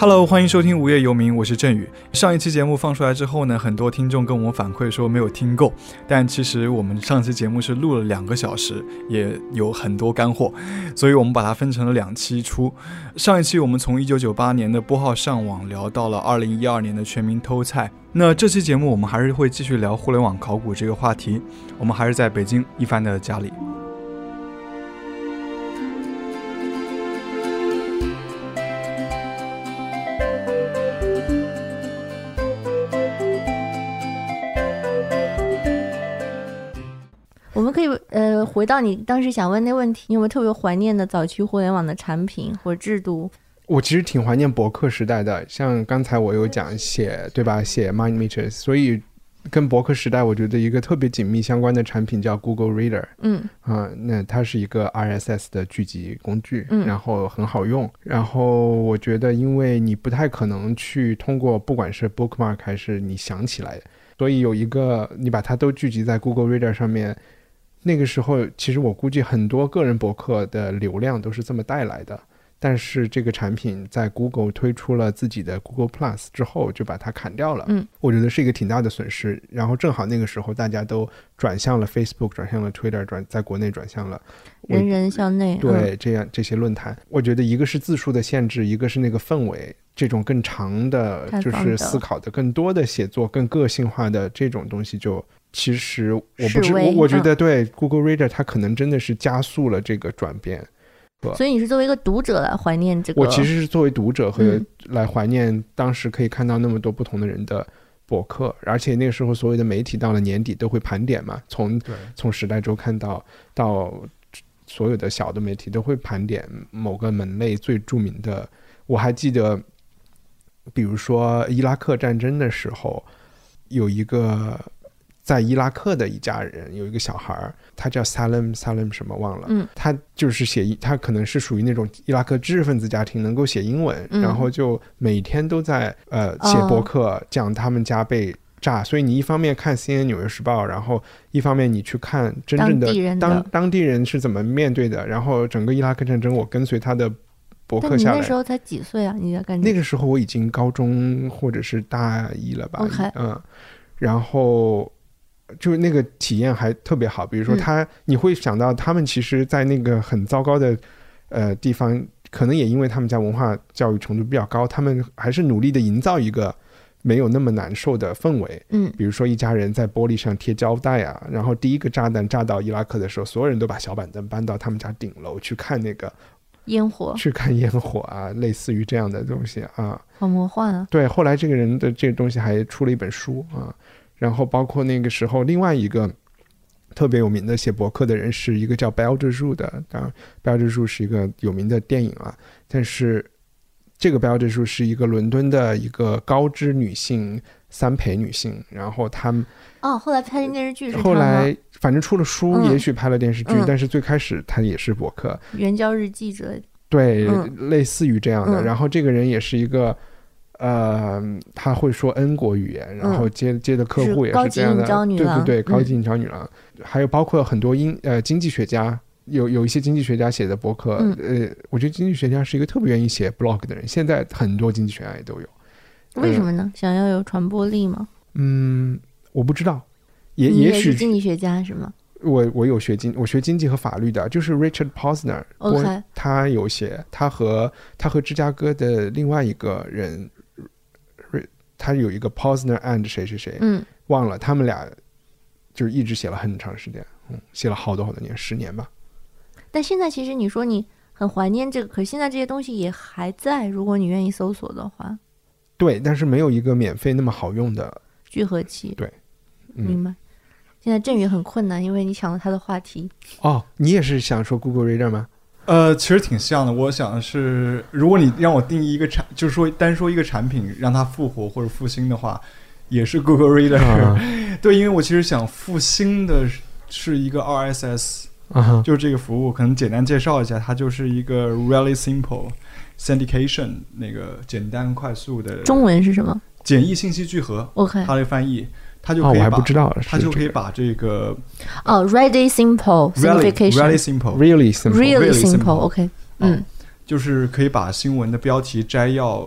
Hello， 欢迎收听无业游民，我是振宇。上一期节目放出来之后呢，很多听众跟我们反馈说没有听够，但其实我们上期节目是录了2个小时，也有很多干货，所以我们把它分成了2期出。上一期我们从1998年的拨号上网聊到了2012年的全民偷菜，那这期节目我们还是会继续聊互联网考古这个话题，我们还是在北京一帆的家里。 我们可以回到你当时想问那问题，你有没有特别怀念的早期互联网的产品或制度？ 我其实挺怀念博客时代的，像刚才我有讲写，对吧？写 MindMeter， 所以跟博客时代我觉得一个特别紧密相关的产品叫 Google Reader。那它是一个 RSS 的聚集工具，然后很好用。然后我觉得，因为你不太可能去通过不管是 bookmark 还是你想起来，所以有一个你把它都聚集在 Google Reader 上面。那个时候其实我估计很多个人博客的流量都是这么带来的，但是这个产品在 Google 推出了自己的 Google Plus 之后就把它砍掉了。我觉得是一个挺大的损失。然后正好那个时候大家都转向了 Facebook， 转向了 Twitter， 在国内转向了人人向内。 对，这些论坛，我觉得一个是字数的限制，一个是那个氛围，这种更长的就是思考的更多的写作更个性化的这种东西，就其实我觉得对 Google Reader 它可能真的是加速了这个转变。 所以你是作为一个读者来怀念这个？ 我其实是作为读者和来怀念当时可以看到那么多不同的人的博客，而且那个时候所有的媒体到了年底都会盘点嘛，从时代周刊到所有的小的媒体都会盘点某个门类最著名的。我还记得比如说伊拉克战争的时候，有一个在伊拉克的一家人，有一个小孩，他叫 Salim 什么忘了，他就是他可能是属于那种伊拉克知识分子家庭，能够写英文，然后就每天都在写博客讲他们家被炸。所以你一方面看 CNN 纽约时报，然后一方面你去看真正的当地人是怎么面对的，然后整个伊拉克战争我跟随他的博客下来。 但你那时候才几岁啊？你在干那个时候我已经高中或者是大一了吧。 Okay. 然后就那个体验还特别好。比如说你会想到他们其实在那个很糟糕的地方，可能也因为他们家文化教育程度比较高，他们还是努力的营造一个没有那么难受的氛围。比如说一家人在玻璃上贴胶带啊，然后第一个炸弹炸到伊拉克的时候，所有人都把小板凳搬到他们家顶楼去看那个烟火， 去看烟火啊，类似于这样的东西啊， 好魔幻啊。对， 后来这个人的这个东西还出了一本书啊。然后包括那个时候另外一个特别有名的写博客的人是一个叫 Belle de Jour 的，当然 Belle de Jour 是一个有名的电影啊，但是这个 Belle de Jour 是一个伦敦的一个高知女性3陪女性，然后她后来拍成电视剧是后来反正出了书，也许拍了电视剧，但是最开始她也是博客， 援交日记之类的。对， 类似于这样的。然后这个人也是一个他会说 N 国语言，然后接的客户也是这样的，对，高级营销女郎。还有包括很多经济学家，有一些经济学家写的博客。我觉得经济学家是一个特别愿意写 blog 的人，现在很多经济学家也都有。 为什么呢？想要有传播力吗？ 我不知道， 也许是经济学家是吗？ 我学经济和法律的，就是 Richard Posner， 他有写，他和芝加哥的另外一个人，他有一个 Posner and 谁谁谁，忘了，他们俩就一直写了很长时间，写了好多年，10年吧。 但现在其实你说你很怀念这个，可是现在这些东西也还在，如果你愿意搜索的话。 对，但是没有一个免费那么好用的聚合器。 对， 明白。现在振宇很困难，因为你抢了他的话题。 你也是想说 Google Reader 吗？ 其实挺像的。我想的是，如果你让我定义一个就是说单说一个产品让它复活或者复兴的话，也是 Google Reader。对，因为我其实想复兴的是一个 RSS，就是这个服务，可能简单介绍一下，它就是一个 really simple syndication， 那个简单快速的。 中文是什么？ 简易信息聚合。OK， 它的翻译。它就可以我还不知道， 它就可以把这个 really simple really simple OK， 就是可以把新闻的标题摘要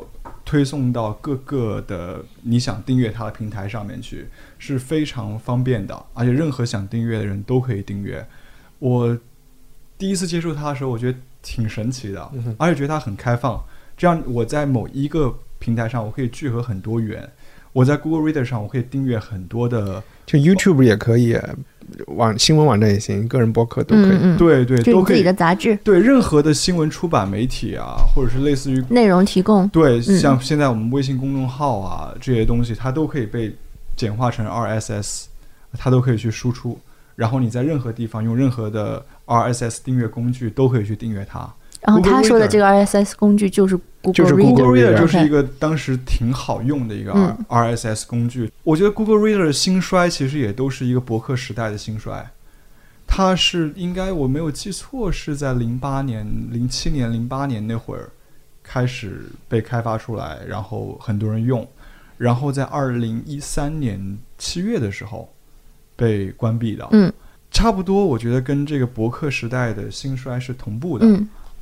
推送到各个的你想订阅它的平台上面去，是非常方便的，而且任何想订阅的人都可以订阅。我第一次接触它的时候，我觉得挺神奇的，而且觉得它很开放。这样我在某一个平台上，我可以聚合很多元。我在 Google Reader 上，我可以订阅很多的， 就 YouTube 也可以，新闻网站也行，个人博客都可以。 对对，都可以。 自己的杂志， 对任何的新闻出版媒体啊，或者是类似于内容提供， 对，像现在我们微信公众号啊这些东西，它都可以被简化成 RSS， 它都可以去输出。然后你在任何地方用任何的 RSS 订阅工具都可以去订阅它。 然后他说的这个 RSS 工具就是 Google Reader， 就是一个当时挺好用的一个 RSS 工具。我觉得 Google Reader 的兴衰其实也都是一个博客时代的兴衰。它是应该我没有记错是在07年、08年那会儿开始被开发出来，然后很多人用，然后在2013年7月的时候被关闭的。差不多我觉得跟这个博客时代的兴衰是同步的。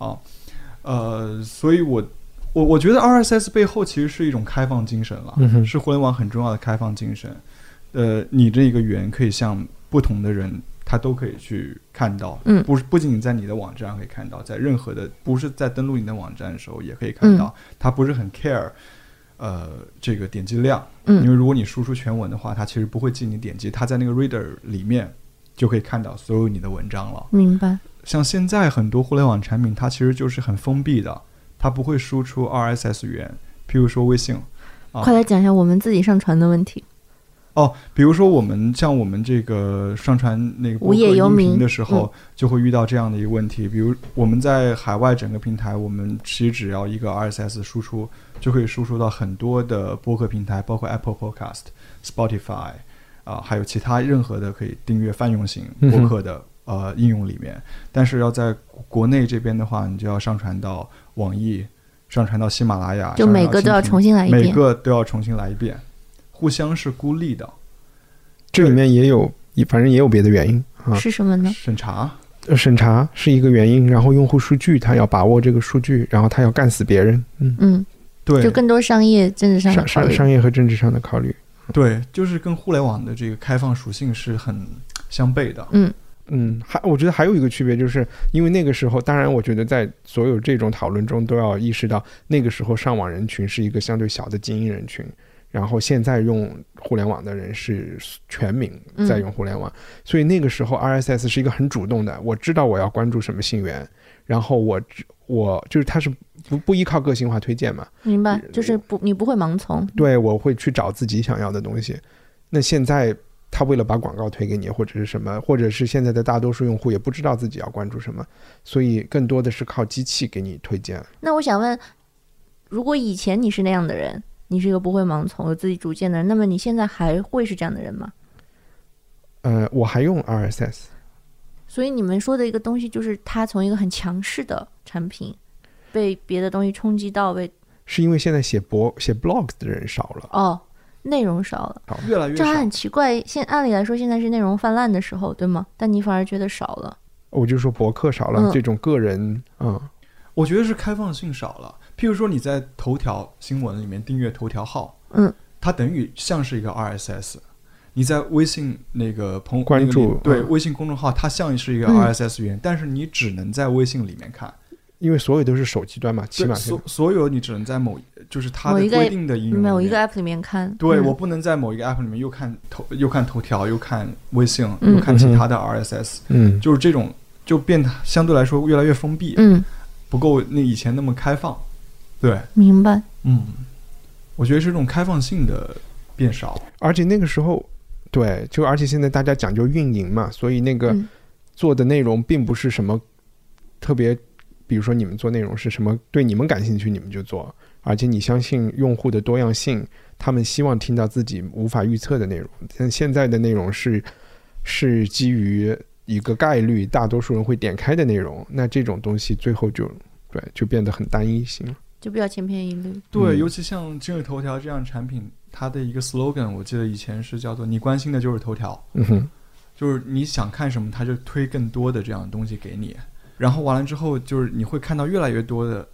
所以我觉得 RSS 背后其实是一种开放精神了，是互联网很重要的开放精神。你这个源可以向不同的人，他都可以去看到，不仅仅在你的网站上可以看到，在任何的不是在登录你的网站的时候也可以看到。他不是很 care 这个点击量，因为如果你输出全文的话，它其实不会记你点击，它在那个 reader 里面就可以看到所有你的文章了。 明白。 像现在很多互联网产品，它其实就是很封闭的，它不会输出 RSS 源。譬如说微信， 快来讲一下我们自己上传的问题。 比如说我们这个上传那个播客音频的时候，就会遇到这样的一个问题。比如我们在海外整个平台，我们其实只要一个 RSS 输出，就可以输出到很多的播客平台，包括 Apple Podcast、Spotify 还有其他任何的可以订阅泛用型播客的应用里面。但是要在国内这边的话，你就要上传到网易，上传到喜马拉雅， 就每个都要重新来一遍， 每个都要重新来一遍，互相是孤立的。 这里面也有，反正也有别的原因是什么呢？ 审查是一个原因，然后用户数据他要把握这个数据，然后他要干死别人。 对， 就更多商业政治上的考虑， 商业和政治上的考虑。 对，就是跟互联网的这个开放属性是很相悖的。 我觉得还有一个区别，就是因为那个时候，当然我觉得在所有这种讨论中都要意识到，那个时候上网人群是一个相对小的精英人群，然后现在用互联网的人是全民在用互联网，所以那个时候 RSS 是一个很主动的，我知道我要关注什么信源，然后我就是它是不依靠个性化推荐嘛。 明白，就是你不会盲从。 对，我会去找自己想要的东西。那现在他为了把广告推给你或者是什么，或者是现在的大多数用户也不知道自己要关注什么，所以更多的是靠机器给你推荐。 那我想问，如果以前你是那样的人，你是一个不会盲从有自己主见的人，那么你现在还会是这样的人吗？ 我还用 RSS。 所以你们说的一个东西就是它从一个很强势的产品被别的东西冲击到， 是因为现在写 blog 的人少了。 内容少了， 越来越少。 这还很奇怪，按理来说现在是内容泛滥的时候，对吗？但你反而觉得少了。 我就说博客少了，这种个人我觉得是开放性少了。譬如说你在头条新闻里面订阅头条号，它等于像是一个 RSS。你在微信那个关注， 对，微信公众号它像是一个 RSS 源，但是你只能在微信里面看， 因为所有都是手机端嘛，起码所有你只能在就是它的规定的应用某一个 app 里面看。 对，我不能在某一个 app 里面又看头条，又看微信，又看其他的 RSS。就是这种就变得相对来说越来越封闭，不够那以前那么开放。对， 明白。 我觉得是这种开放性的变少， 而且那个时候，对，而且现在大家讲究运营嘛，所以那个做的内容并不是什么特别，比如说你们做内容是什么对你们感兴趣你们就做，而且你相信用户的多样性，他们希望听到自己无法预测的内容。但现在的内容是基于一个概率大多数人会点开的内容，那这种东西最后就变得很单一性了， 就比较千篇一律。 对，尤其像今日头条这样的产品，它的一个 slogan 我记得以前是叫做你关心的就是头条。就是你想看什么它就推更多的这样的东西给你，然后完了之后就是你会看到越来越多的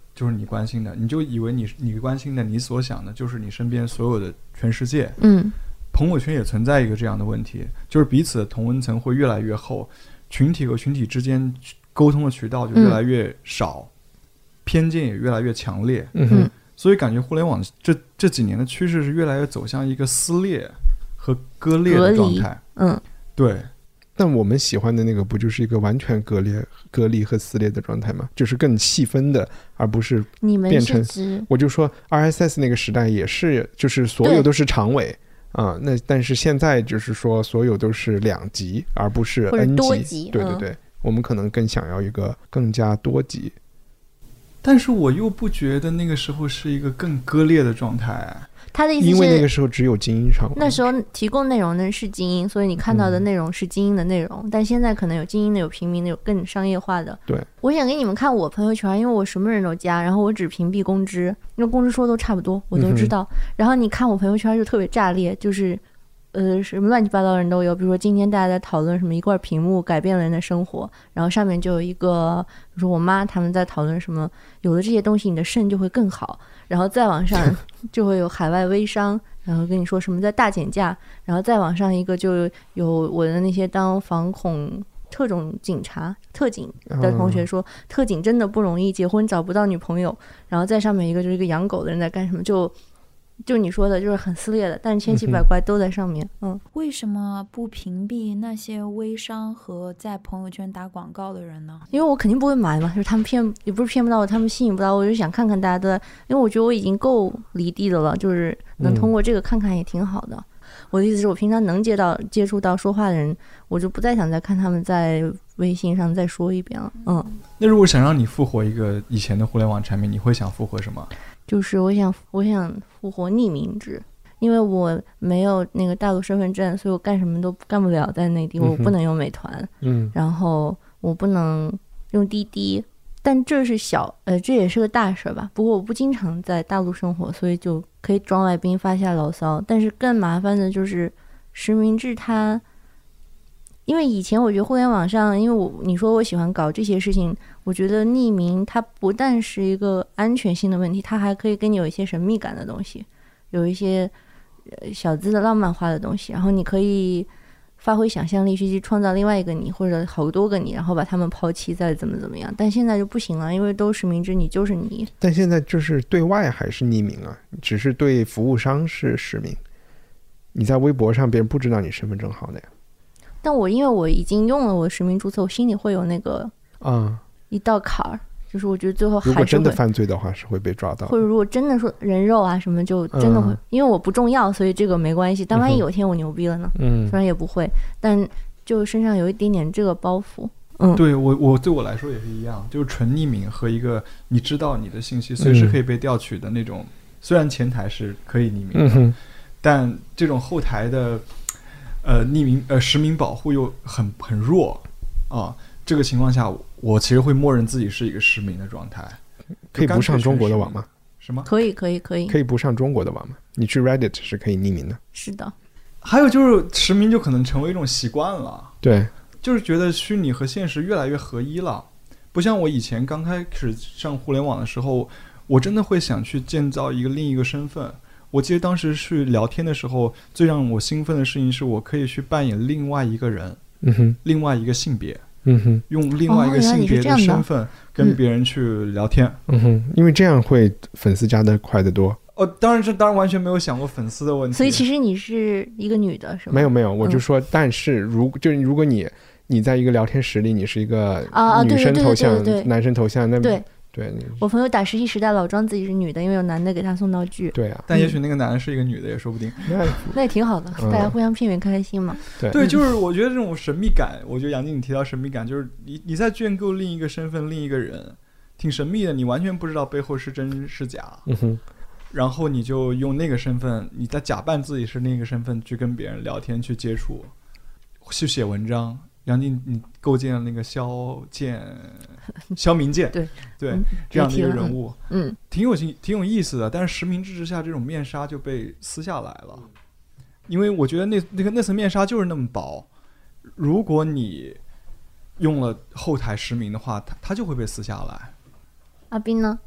就是你关心的，你就以为你关心的，你所想的就是你身边所有的全世界。朋友圈也存在一个这样的问题，就是彼此的同温层会越来越厚，群体和群体之间沟通的渠道就越来越少，偏见也越来越强烈。所以感觉互联网这几年的趋势是越来越走向一个撕裂和割裂的状态。对。 但我们喜欢的那个不就是一个完全割离和撕裂的状态吗？就是更细分的，而不是变成。我就说 RSS 那个时代也是，就是所有都是长尾啊，那但是现在就是说所有都是2级，而不是 N 级。对对对，我们可能更想要一个更加多级。 但是我又不觉得那个时候是一个更割裂的状态。 他的意思是， 因为那个时候只有精英上， 那时候提供内容的是精英，所以你看到的内容是精英的内容。但现在可能有精英的，有平民的，有更商业化的。 对， 我想给你们看我朋友圈，因为我什么人都加，然后我只屏蔽公知，因为公知说都差不多，我都知道。然后你看我朋友圈就特别炸裂，就是什么乱七八糟的人都有。比如说今天大家在讨论什么一块屏幕改变了人的生活，然后上面就有一个，比如说我妈他们在讨论什么，有了这些东西你的肾就会更好。然后再往上就会有海外微商，然后跟你说什么在大减价，然后再往上一个就有我的那些当反恐特种警察特警的同学说，特警真的不容易，结婚找不到女朋友。然后再上面一个就是一个养狗的人在干什么，就你说的就是很撕裂的，但是千奇百怪都在上面。 为什么不屏蔽那些微商和在朋友圈打广告的人呢？ 因为我肯定不会买嘛，就是他们也不是骗不到我，他们吸引不到我，就想看看大家都在，因为我觉得我已经够离地的了，就是能通过这个看看也挺好的。我的意思是我平常能接触到说话的人，我就不再想再看他们在微信上再说一遍了。 那如果想让你复活一个以前的互联网产品，你会想复活什么？ 就是我想复活匿名制，因为我没有那个大陆身份证，所以我干什么都干不了在内地。我不能用美团，然后我不能用滴滴，但这是这也是个大事吧。不过我不经常在大陆生活，所以就可以装外宾发下牢骚。但是更麻烦的就是实名制它。因为以前我觉得互联网上，因为你说我喜欢搞这些事情，我觉得匿名它不但是一个安全性的问题，它还可以给你有一些神秘感的东西，有一些小资的浪漫化的东西，然后你可以发挥想象力去创造另外一个你，或者好多个你，然后把他们抛弃再怎么样。但现在就不行了，因为都实名制，你就是你。 但现在就是对外还是匿名啊，只是对服务商是实名。你在微博上别人不知道你身份证号的呀。 但因为我已经用了我的实名注册，我心里会有那个一道坎儿，就是我觉得最后还是会， 如果真的犯罪的话是会被抓到， 或者如果真的说人肉啊什么，就真的会，因为我不重要，所以这个没关系。但万一有一天我牛逼了呢？虽然也不会，但就身上有一点点这个包袱。 对我对我来说也是一样，就是纯匿名和一个你知道你的信息随时可以被调取的那种，虽然前台是可以匿名的，但这种后台的。匿名实名保护又很弱啊，这个情况下我其实会默认自己是一个实名的状态。 可以不上中国的网吗？ 什么？ 可以不上中国的网吗？你去 Reddit 是可以匿名的。 是的。 还有就是实名就可能成为一种习惯了。 对， 就是觉得虚拟和现实越来越合一了，不像我以前刚开始上互联网的时候，我真的会想去建造另一个身份。我记得当时去聊天的时候，最让我兴奋的事情是我可以去扮演另外一个人，另外一个性别，用另外一个性别的身份跟别人去聊天， 因为这样会粉丝加的快得多。 当然完全没有想过粉丝的问题。 所以其实你是一个女的，是吗？ 没有，我就说，但是如果你在一个聊天室里，你是一个女生头像、男生头像，那对，我朋友打石器时代老装自己是女的，因为有男的给他送道具。 对啊， 但也许那个男的是一个女的也说不定。 那也挺好的，大家互相片面开心嘛。 对，就是我觉得这种神秘感，我觉得杨静你提到神秘感，就是你在建构另一个身份、另一个人，挺神秘的，你完全不知道背后是真是假。然后你就用那个身份，你在假扮自己是那个身份去跟别人聊天、去接触、去写文章。杨静，你构建了那个萧明剑，对，这样的一个人物，挺有意思的。但是实名制之下，这种面纱就被撕下来了，因为我觉得那层面纱就是那么薄，如果你用了后台实名的话，它就会被撕下来。 阿斌呢？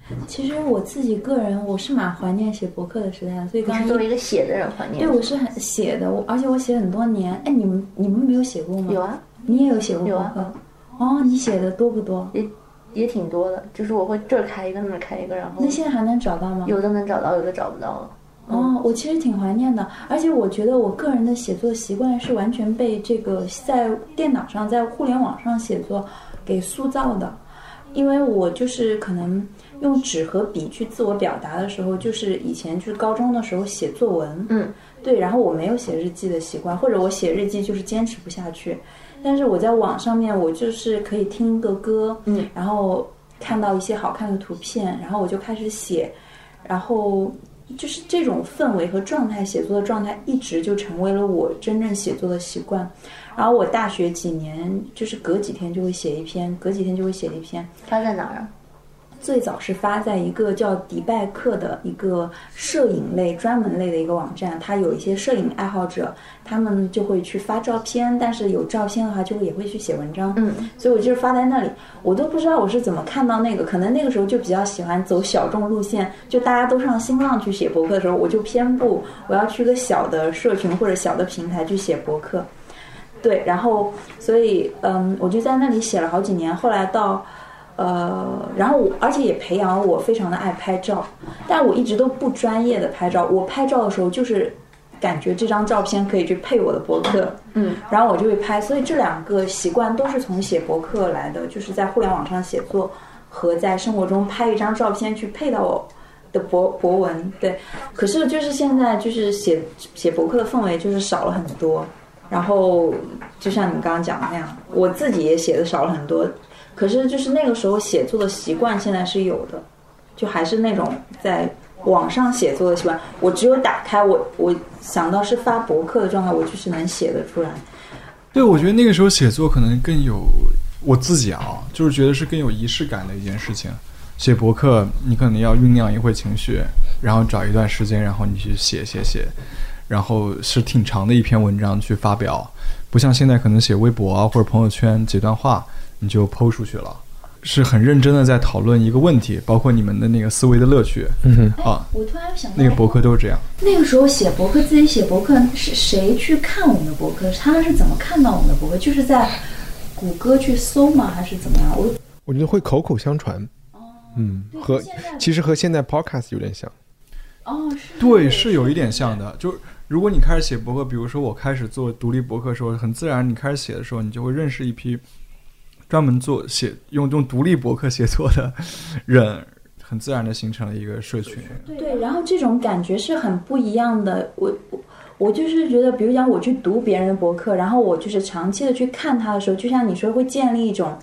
其实我自己个人我是蛮怀念写博客的时代的，所以刚刚作为一个写的人怀念。 对，我是很写的，而且我写很多年。哎，你们没有写过吗？ 有啊， 你也有写过博客？ 有啊。 哦，你写的多不多？ 也挺多的，就是我会这儿开一个那儿开一个，然后。 那现在还能找到吗？ 有的能找到，有的找不到了。 哦，我其实挺怀念的，而且我觉得我个人的写作习惯是完全被这个在电脑上、在互联网上写作给塑造的，因为我就是可能用纸和笔去自我表达的时候，就是以前就是高中的时候写作文，对，然后我没有写日记的习惯，或者我写日记就是坚持不下去，但是我在网上面我就是可以听个歌，然后看到一些好看的图片，然后我就开始写，然后就是这种氛围和状态，写作的状态一直就成为了我真正写作的习惯。然后我大学几年就是隔几天就会写一篇，隔几天就会写一篇。 发在哪儿啊？ 最早是发在一个叫迪拜克的一个摄影类专门类的一个网站，它有一些摄影爱好者，他们就会去发照片，但是有照片的话就会也会去写文章，所以我就是发在那里，我都不知道我是怎么看到那个，可能那个时候就比较喜欢走小众路线，就大家都上新浪去写博客的时候，我就偏不，我要去一个小的社群或者小的平台去写博客，对，然后所以我就在那里写了好几年，后来到然后而且也培养了我非常的爱拍照，但我一直都不专业的拍照，我拍照的时候就是感觉这张照片可以去配我的博客，然后我就会拍，所以这两个习惯都是从写博客来的，就是在互联网上写作和在生活中拍一张照片去配到我的博文，对。可是就是现在就是写博客的氛围就是少了很多，然后就像你们刚刚讲的那样，我自己也写的少了很多。可是就是那个时候写作的习惯现在是有的，就还是那种在网上写作的习惯，我只有打开我想到是发博客的状态，我就是能写得出来。 对，我觉得那个时候写作可能更有，我自己就是觉得是更有仪式感的一件事情。写博客你可能要酝酿一会情绪，然后找一段时间，然后你去写，然后是挺长的一篇文章去发表，不像现在可能写微博或者朋友圈几段话你就 po 出去了，是很认真的在讨论一个问题，包括你们的那个思维的乐趣。 我突然想到那个博客都是这样。那个时候写博客，自己写博客是谁去看我们的博客？他们是怎么看到我们的博客？就是在谷歌去搜吗？还是怎么样？ 我觉得会口口相传。其实和现在 podcast 有点像。 对，是有一点像的。就如果你开始写博客，比如说我开始做独立博客的时候，很自然你开始写的时候，你就会认识一批专门用独立博客写作的人，很自然的形成了一个社群。 对，然后这种感觉是很不一样的。我就是觉得，比如讲我去读别人的博客，然后我就是长期的去看他的时候，就像你说会建立一种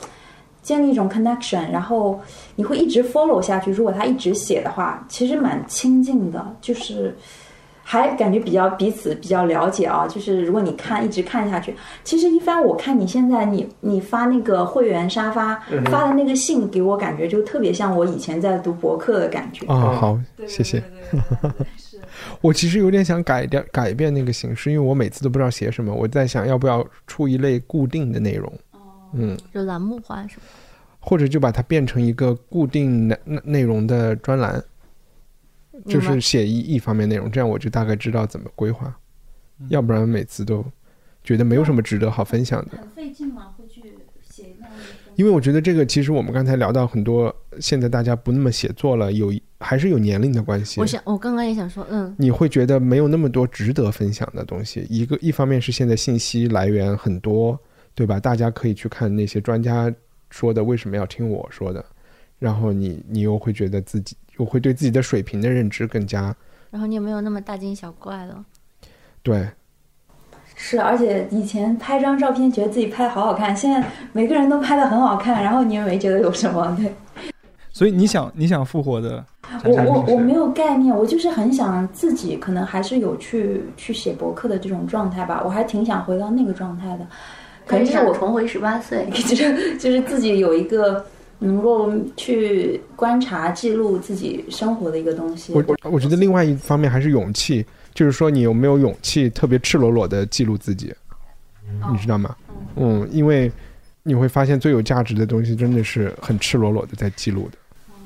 connection， 然后你会一直 follow 下去。如果他一直写的话，其实蛮亲近的，就是还感觉彼此比较了解啊。就是如果你一直看下去，其实一帆，我看你现在你发那个会员沙发发的那个信给我，感觉就特别像我以前在读博客的感觉。 好，谢谢。我其实有点想改变那个形式，因为我每次都不知道写什么，我在想要不要出一类固定的内容。 就栏目化是吧？ 或者就把它变成一个固定内容的专栏，就是写一方面内容，这样我就大概知道怎么规划。要不然每次都觉得没有什么值得好分享的。 很费劲吗？会去写那样的？ 因为我觉得这个其实我们刚才聊到很多，现在大家不那么写作了，还是有年龄的关系。 我刚刚也想说， 你会觉得没有那么多值得分享的东西。一方面是现在信息来源很多，对吧？大家可以去看那些专家说的，为什么要听我说的？然后你又会觉得又会对自己的水平的认知更加， 然后你也没有那么大惊小怪了。 对， 是，而且以前拍张照片觉得自己拍的好好看，现在每个人都拍的很好看，然后你也没觉得有什么。对， 所以你想复活的， 我没有概念，我就是很想自己可能还是有去写博客的这种状态吧，我还挺想回到那个状态的。 可能是我重回18岁， 就是自己有一个能够去观察记录自己生活的一个东西。 我觉得另外一方面还是勇气，就是说你有没有勇气特别赤裸裸的记录自己，你知道吗？因为你会发现最有价值的东西真的是很赤裸裸的在记录的。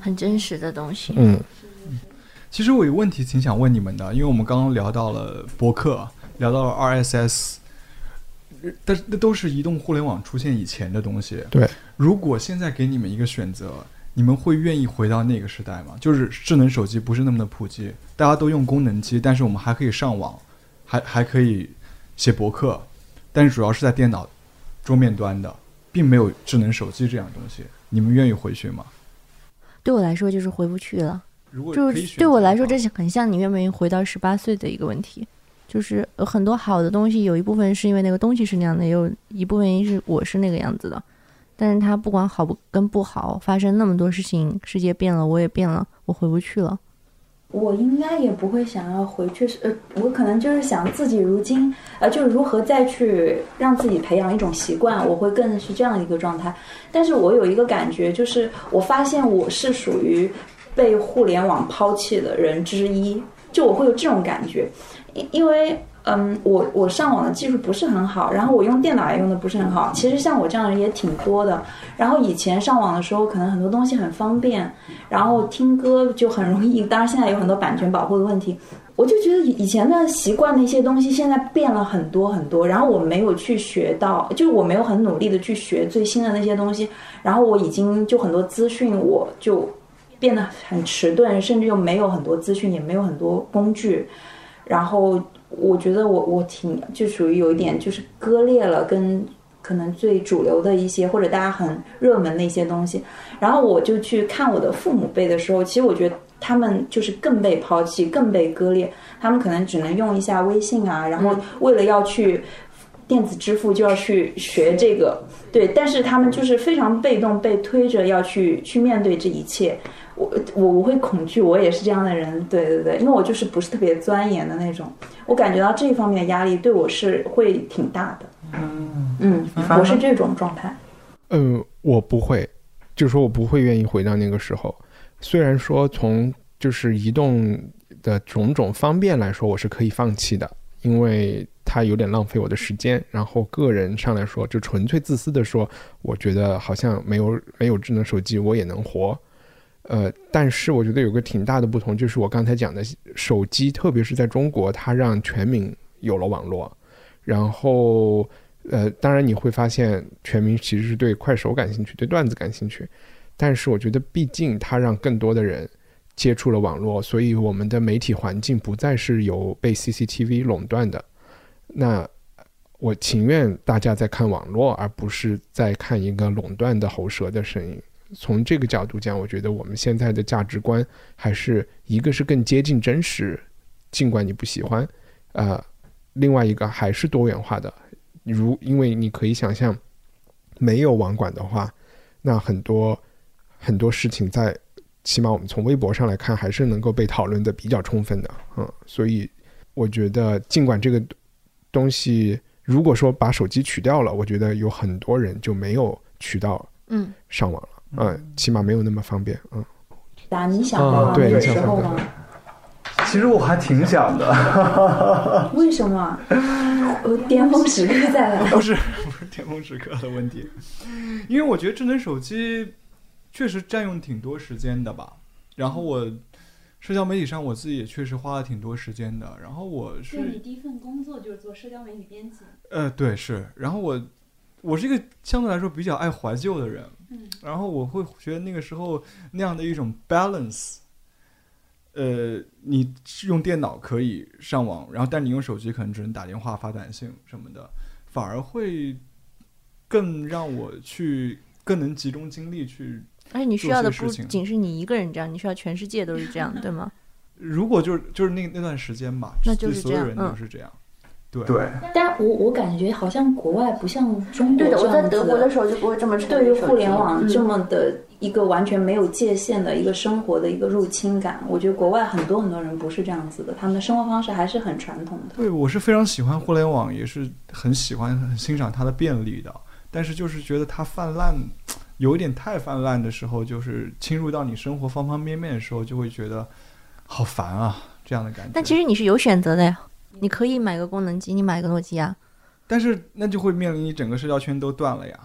很真实的东西。 其实我有问题挺想问你们的，因为我们刚刚聊到了博客，聊到了 RSS， 但是那都是移动互联网出现以前的东西。 对， 如果现在给你们一个选择，你们会愿意回到那个时代吗？就是智能手机不是那么的普及，大家都用功能机，但是我们还可以上网，还可以写博客，但是主要是在电脑桌面端的，并没有智能手机这样的东西。你们愿意回去吗？ 对我来说就是回不去了。 如果就是对我来说，这是很像你愿不愿意回到18岁的一个问题。就是有很多好的东西，有一部分是因为那个东西是那样的，也有一部分原因是我是那个样子的。但是它不管好跟不好，发生那么多事情，世界变了，我也变了，我回不去了。 我应该也不会想要回去，我可能就是想自己如今，就是如何再去让自己培养一种习惯，我会更是这样一个状态。但是我有一个感觉，就是我发现我是属于被互联网抛弃的人之一，就我会有这种感觉，因为我上网的技术不是很好，然后我用电脑也用的不是很好。其实像我这样的人也挺多的。然后以前上网的时候，可能很多东西很方便，然后听歌就很容易。当然现在有很多版权保护的问题，我就觉得以前的习惯的一些东西现在变了很多很多。然后我没有去学到，就我没有很努力的去学最新的那些东西。然后我已经就很多资讯我就变得很迟钝，甚至又没有很多资讯，也没有很多工具。然后我觉得我挺就属于有一点就是割裂了，跟可能最主流的一些或者大家很热门的一些东西。然后我就去看我的父母辈的时候，其实我觉得他们就是更被抛弃，更被割裂。他们可能只能用一下微信啊，然后为了要去电子支付就要去学这个，对，但是他们就是非常被动，被推着要去面对这一切。我会恐惧，我也是这样的人，对对对，因为我就是不是特别钻研的那种，我感觉到这一方面的压力对我是会挺大的。我是这种状态。 我不会，就是说我不会愿意回到那个时候。虽然说从就是移动的种种方便来说，我是可以放弃的，因为它有点浪费我的时间。然后个人上来说，就纯粹自私的说，我觉得好像没有智能手机我也能活。但是我觉得有个挺大的不同，就是我刚才讲的手机，特别是在中国，它让全民有了网络。然后当然你会发现全民其实是对快手感兴趣，对段子感兴趣，但是我觉得毕竟它让更多的人接触了网络，所以我们的媒体环境不再是由被 CCTV 垄断的。那我情愿大家在看网络，而不是在看一个垄断的喉舌的声音。从这个角度讲，我觉得我们现在的价值观还是一个是更接近真实，尽管你不喜欢，另外一个还是多元化的。因为你可以想象，没有网管的话，那很多事情在起码我们从微博上来看，还是能够被讨论的比较充分的。所以我觉得尽管这个东西如果说把手机取掉了，我觉得有很多人就没有渠道上网了。起码没有那么方便。 你想吗？那个时候吗？ 其实我还挺想的。 为什么？巅峰时刻再来。 不是巅峰时刻的问题，因为我觉得智能手机确实占用挺多时间的吧。然后我社交媒体上我自己也确实花了挺多时间的。然后我是你第一份工作就是做社交媒体编辑。 对，是。然后我是一个相对来说比较爱怀旧的人。然后我会觉得那个时候那样的一种 balance， 你用电脑可以上网，然后但你用手机可能只能打电话发短信什么的，反而会更让我去更能集中精力去。 而且你需要的不仅是你一个人这样，你需要全世界都是这样，对吗？ 如果就是那段时间吧， 那就是所有人都是这样。 对，但我感觉好像国外不像中国这样子。 对的，我在德国的时候就不会这么对于互联网这么的一个完全没有界限的一个生活的一个入侵感。我觉得国外很多人不是这样子的，他们的生活方式还是很传统的。 对，我是非常喜欢互联网，也是很喜欢很欣赏它的便利的，但是就是觉得它泛滥，有一点太泛滥的时候，就是侵入到你生活方方面面的时候，就会觉得好烦啊，这样的感觉。 但其实你是有选择的呀，你可以买个功能机，你买个诺基亚， 但是那就会面临你整个社交圈都断了呀。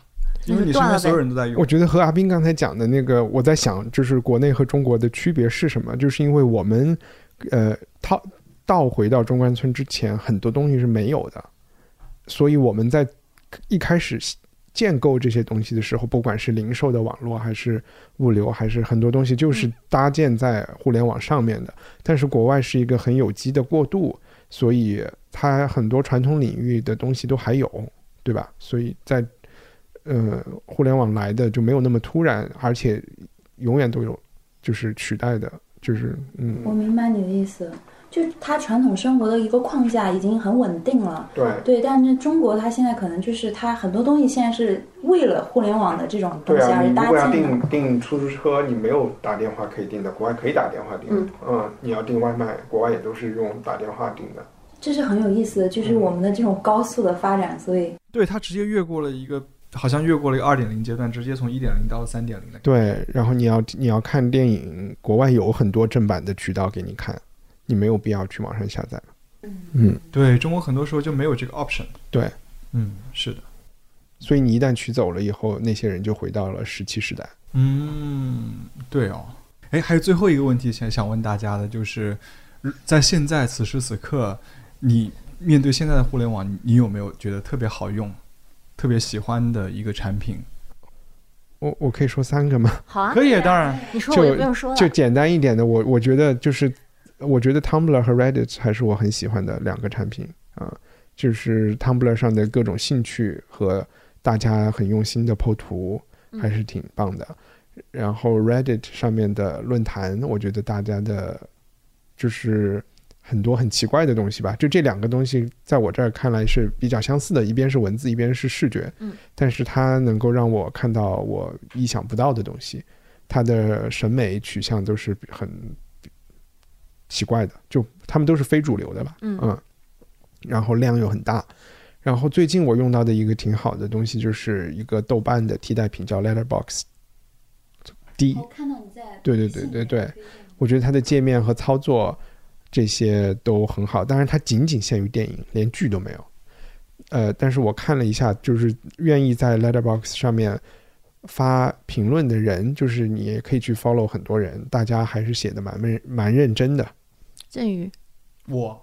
因为你身边所有人都在用。 我觉得和阿斌刚才讲的那个，我在想，就是国内和中国的区别是什么？就是因为我们，倒回到中关村之前，很多东西是没有的，所以我们在一开始建构这些东西的时候，不管是零售的网络还是物流，还是很多东西就是搭建在互联网上面的。但是国外是一个很有机的过渡，所以它很多传统领域的东西都还有，对吧？所以在互联网来的就没有那么突然，而且永远都有就是取代的，就是我明白你的意思。就它传统生活的一个框架已经很稳定了，对，但是中国它现在可能就是它很多东西现在是为了互联网的这种东西而搭建的。 你如果要订出租车，你没有打电话可以订的，国外可以打电话订，你要订外卖，国外也都是用打电话订的。 这是很有意思的，就是我们的这种高速的发展，所以对它直接越过了一个。好像越过了一个 2.0 阶段，直接从 1.0 到了 3.0 的。 对，然后你要看电影，国外有很多正版的渠道给你看，你没有必要去网上下载。 对，中国很多时候就没有这个 option。 对， 是的。 所以你一旦取走了以后，那些人就回到了17时代。 对哦。还有最后一个问题想问大家的就是，在现在此时此刻，你面对现在的互联网，你有没有觉得特别好用？特别喜欢的一个产品。 我可以说3个吗？ 好啊， 可以，当然。 你说我也不用说了。 就简单一点的，我觉得我觉得 Tumblr 和 Reddit 还是我很喜欢的2个产品啊，就是 Tumblr 上的各种兴趣和大家很用心的 po 图还是挺棒的，然后 Reddit 上面的论坛，我觉得大家的就是很多很奇怪的东西吧，就这2个东西在我这儿看来是比较相似的，一边是文字，一边是视觉，但是它能够让我看到我意想不到的东西，它的审美取向都是很奇怪的，就他们都是非主流的吧，然后量又很大。然后最近我用到的一个挺好的东西，就是一个豆瓣的替代品叫 Letterboxd。 我看到你在对，我觉得它的界面和操作这些都很好，当然它仅限于电影，连剧都没有。但是我看了一下，就是愿意在 Letterboxd 上面发评论的人，就是你也可以去 follow 很多人，大家还是写的蛮认真的。 振宇， 我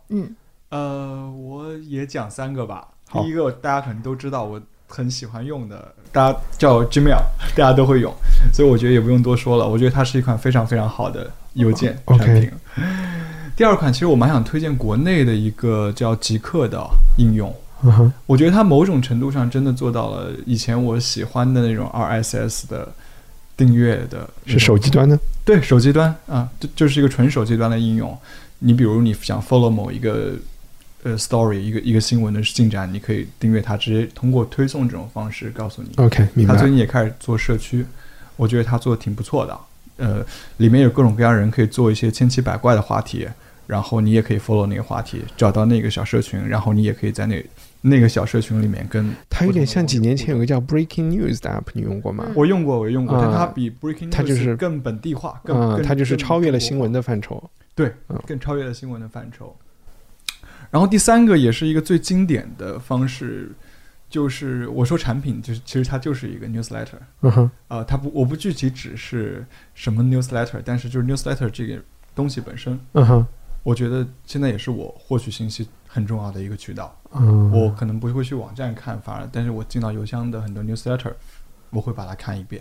也讲3个吧。第一个大家可能都知道，我很喜欢用的，大家叫 Gmail， 大家都会用，所以我觉得也不用多说了。我觉得它是一款非常非常好的邮件产品。第2款其实我蛮想推荐国内的一个叫极客的应用，我觉得它某种程度上真的做到了以前我喜欢的那种 RSS 的订阅的。 是手机端的？ 对，手机端啊，就是一个纯手机端的应用。你比如你想 follow 某一个story 一个新闻的进展，你可以订阅它，直接通过推送这种方式告诉你。 OK， 明白。 它最近也开始做社区，我觉得它做的挺不错的。里面有各种各样人可以做一些千奇百怪的话题，然后你也可以 follow 那个话题，找到那个小社群，然后你也可以在那个小社群里面跟。 它有点像几年前有个叫 Breaking News 的 app， 你用过吗？ 我用过，但它比 Breaking News 它就是更本地化， 它就是超越了新闻的范畴。 对，更超越了新闻的范畴。然后第3个也是一个最经典的方式，就是我说产品，就是其实它就是一个 newsletter。我不具体指是什么 newsletter， 但是就是 newsletter 这个东西本身，我觉得现在也是我获取信息很重要的一个渠道。我可能不会去网站看，反而但是我进到邮箱的很多 newsletter， 我会把它看一遍。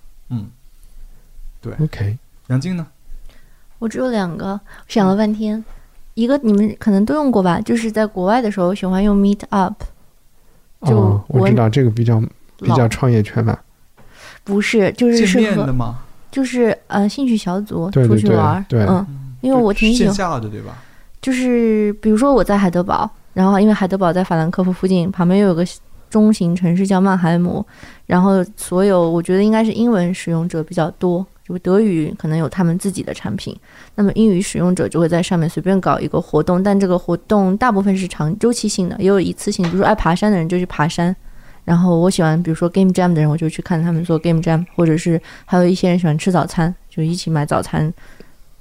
对。 OK， 杨静呢？ 我只有2个，想了半天。一个你们可能都用过吧，就是在国外的时候喜欢用 Meetup。 我知道这个比较创业圈吧。 不是，就是适合见面的吗？ 就是兴趣小组出去玩。 对， 因为我挺喜欢线下的，对吧？ 就是比如说我在海德堡，然后因为海德堡在法兰克福附近，旁边又有个中型城市叫曼海姆，然后所有我觉得应该是英文使用者比较多，就德语可能有他们自己的产品，那么英语使用者就会在上面随便搞一个活动，但这个活动大部分是长周期性的，也有一次性，比如说爱爬山的人就去爬山，然后我喜欢比如说 Game Jam 的人，我就去看他们做 Game Jam， 或者是还有一些人喜欢吃早餐，就一起买早餐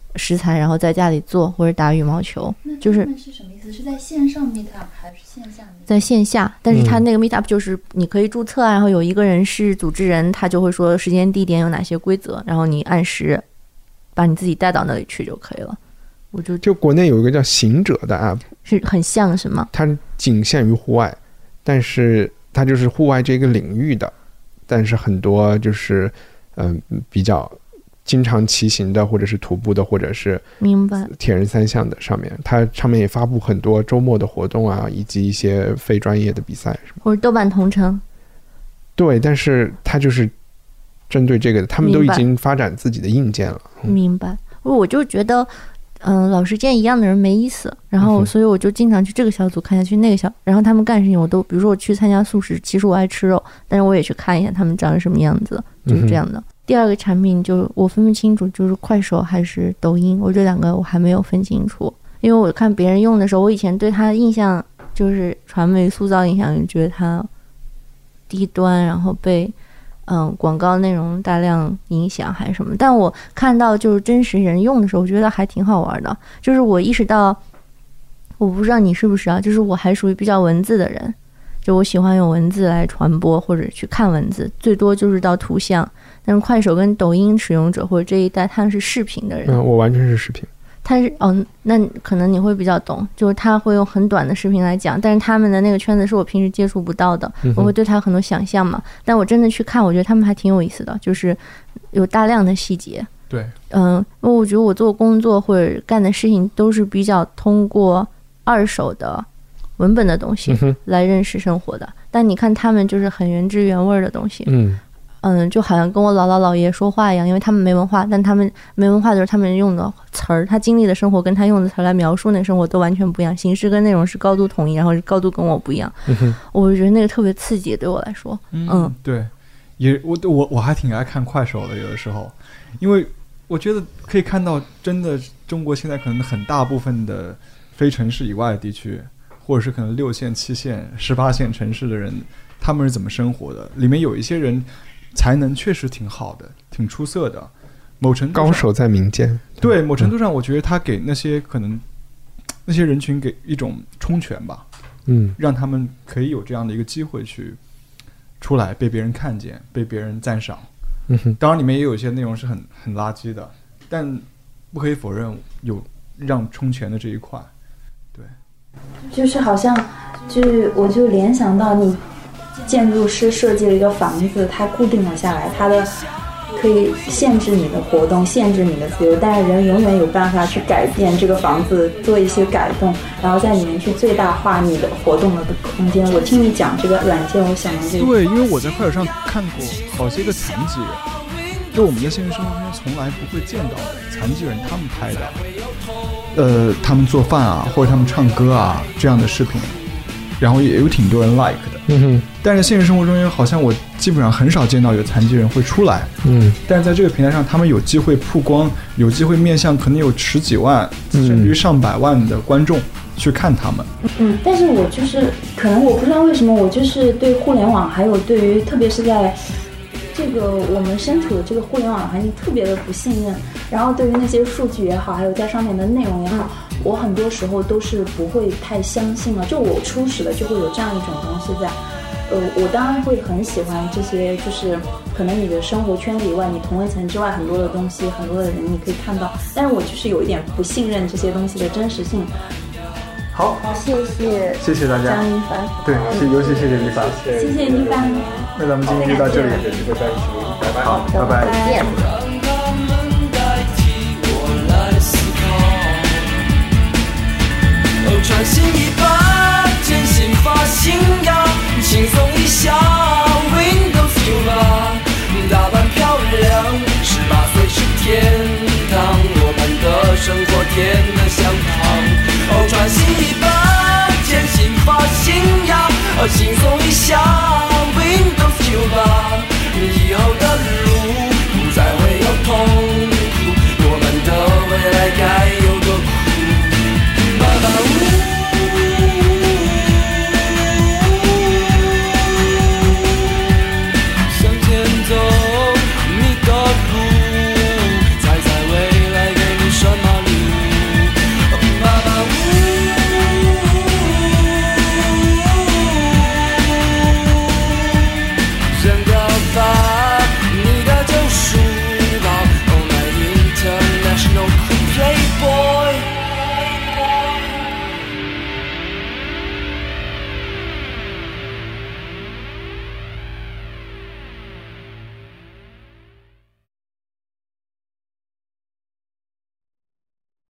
食材，然后在家里做或者打羽毛球。就是什么意思？是在线上 meet up 还是线下 meet up？ 在线下，但是他那个 meet up 就是你可以注册啊，然后有一个人是组织人，他就会说时间地点有哪些规则，然后你按时把你自己带到那里去就可以了。我就国内有一个叫行者的 app， 是很像是吗？ 它仅限于户外，但是它就是户外这个领域的，但是很多就是比较经常骑行的，或者是徒步的，或者是铁人三项的上面，它上面也发布很多周末的活动啊，以及一些非专业的比赛， 或者豆瓣同城。 对，但是它就是针对这个的，他们都已经发展自己的硬件了。 明白。我就觉得老是见一样的人没意思，然后所以我就经常去这个小组看下去，那个小，然后他们干事情我都，比如说我去参加素食，其实我爱吃肉，但是我也去看一下他们长什么样子，就是这样的。第二个产品就我分不清楚，就是快手还是抖音，我这两个我还没有分清楚，因为我看别人用的时候，我以前对他的印象就是传媒塑造印象，就觉得他低端，然后被广告内容大量影响还是什么，但我看到就是真实人用的时候，我觉得还挺好玩的。就是我意识到，我不知道你是不是啊，就是我还属于比较文字的人，就我喜欢用文字来传播或者去看文字，最多就是到图像。但是快手跟抖音使用者或者这一代他们是视频的人， 我完全是视频。 他是那可能你会比较懂，就是他会用很短的视频来讲，但是他们的那个圈子是我平时接触不到的，我会对他有很多想象嘛。但我真的去看，我觉得他们还挺有意思的，就是有大量的细节。 对， 因为我觉得我做工作或者干的事情都是比较通过二手的文本的东西来认识生活的，但你看他们就是很原汁原味的东西。就好像跟我姥姥姥爷说话一样，因为他们没文化，但他们没文化的时候，他们用的词儿，他经历的生活跟他用的词儿来描述那生活都完全不一样，形式跟内容是高度统一，然后是高度跟我不一样。我觉得那个特别刺激，对我来说。 对，也我还挺爱看快手的，有的时候，因为我觉得可以看到，真的中国现在可能很大部分的非城市以外的地区，或者是可能6线、7线、18线城市的人，他们是怎么生活的？里面有一些人才能确实挺好的，挺出色的，某程度上高手在民间。 对，某程度上我觉得他给那些可能那些人群给一种充权吧，让他们可以有这样的一个机会去出来被别人看见，被别人赞赏。当然里面也有一些内容是很垃圾的，但不可以否认有让充权的这一块。对， 就是好像我就联想到你建筑师设计了一个房子，它固定了下来，它的可以限制你的活动，限制你的自由，但是人永远有办法去改变这个房子，做一些改动，然后在里面去最大化你的活动的空间。我听你讲这个软件，我想到这个。 对，因为我在快手上看过好些个残疾人，就我们在现实生活中从来不会见到的残疾人，他们拍的他们做饭啊，或者他们唱歌啊这样的视频，然后也有挺多人 like 的。但是现实生活中好像我基本上很少见到有残疾人会出来。但是在这个平台上，他们有机会曝光，有机会面向可能有10几万甚至于上百万的观众去看他们。 但是我就是可能我不知道为什么，我就是对互联网还有对于特别是在这个我们身处的这个互联网环境特别的不信任，然后对于那些数据也好，还有在上面的内容也好，我很多时候都是不会太相信了。就我初始的就会有这样一种东西在，我当然会很喜欢这些，就是可能你的生活圈子以外，你同温层之外很多的东西，很多的人你可以看到，但是我就是有一点不信任这些东西的真实性。 好，谢谢大家， 张一凡， 对，尤其谢谢一凡， 谢谢一凡。 那咱们今天就到这里，好，拜拜， 再见。 穿新衣吧，真心发新呀，轻松一下 Windows 9吧，打扮漂亮，18岁是天堂，我们的生活甜得像糖。穿新衣吧，真心发新呀，轻松一下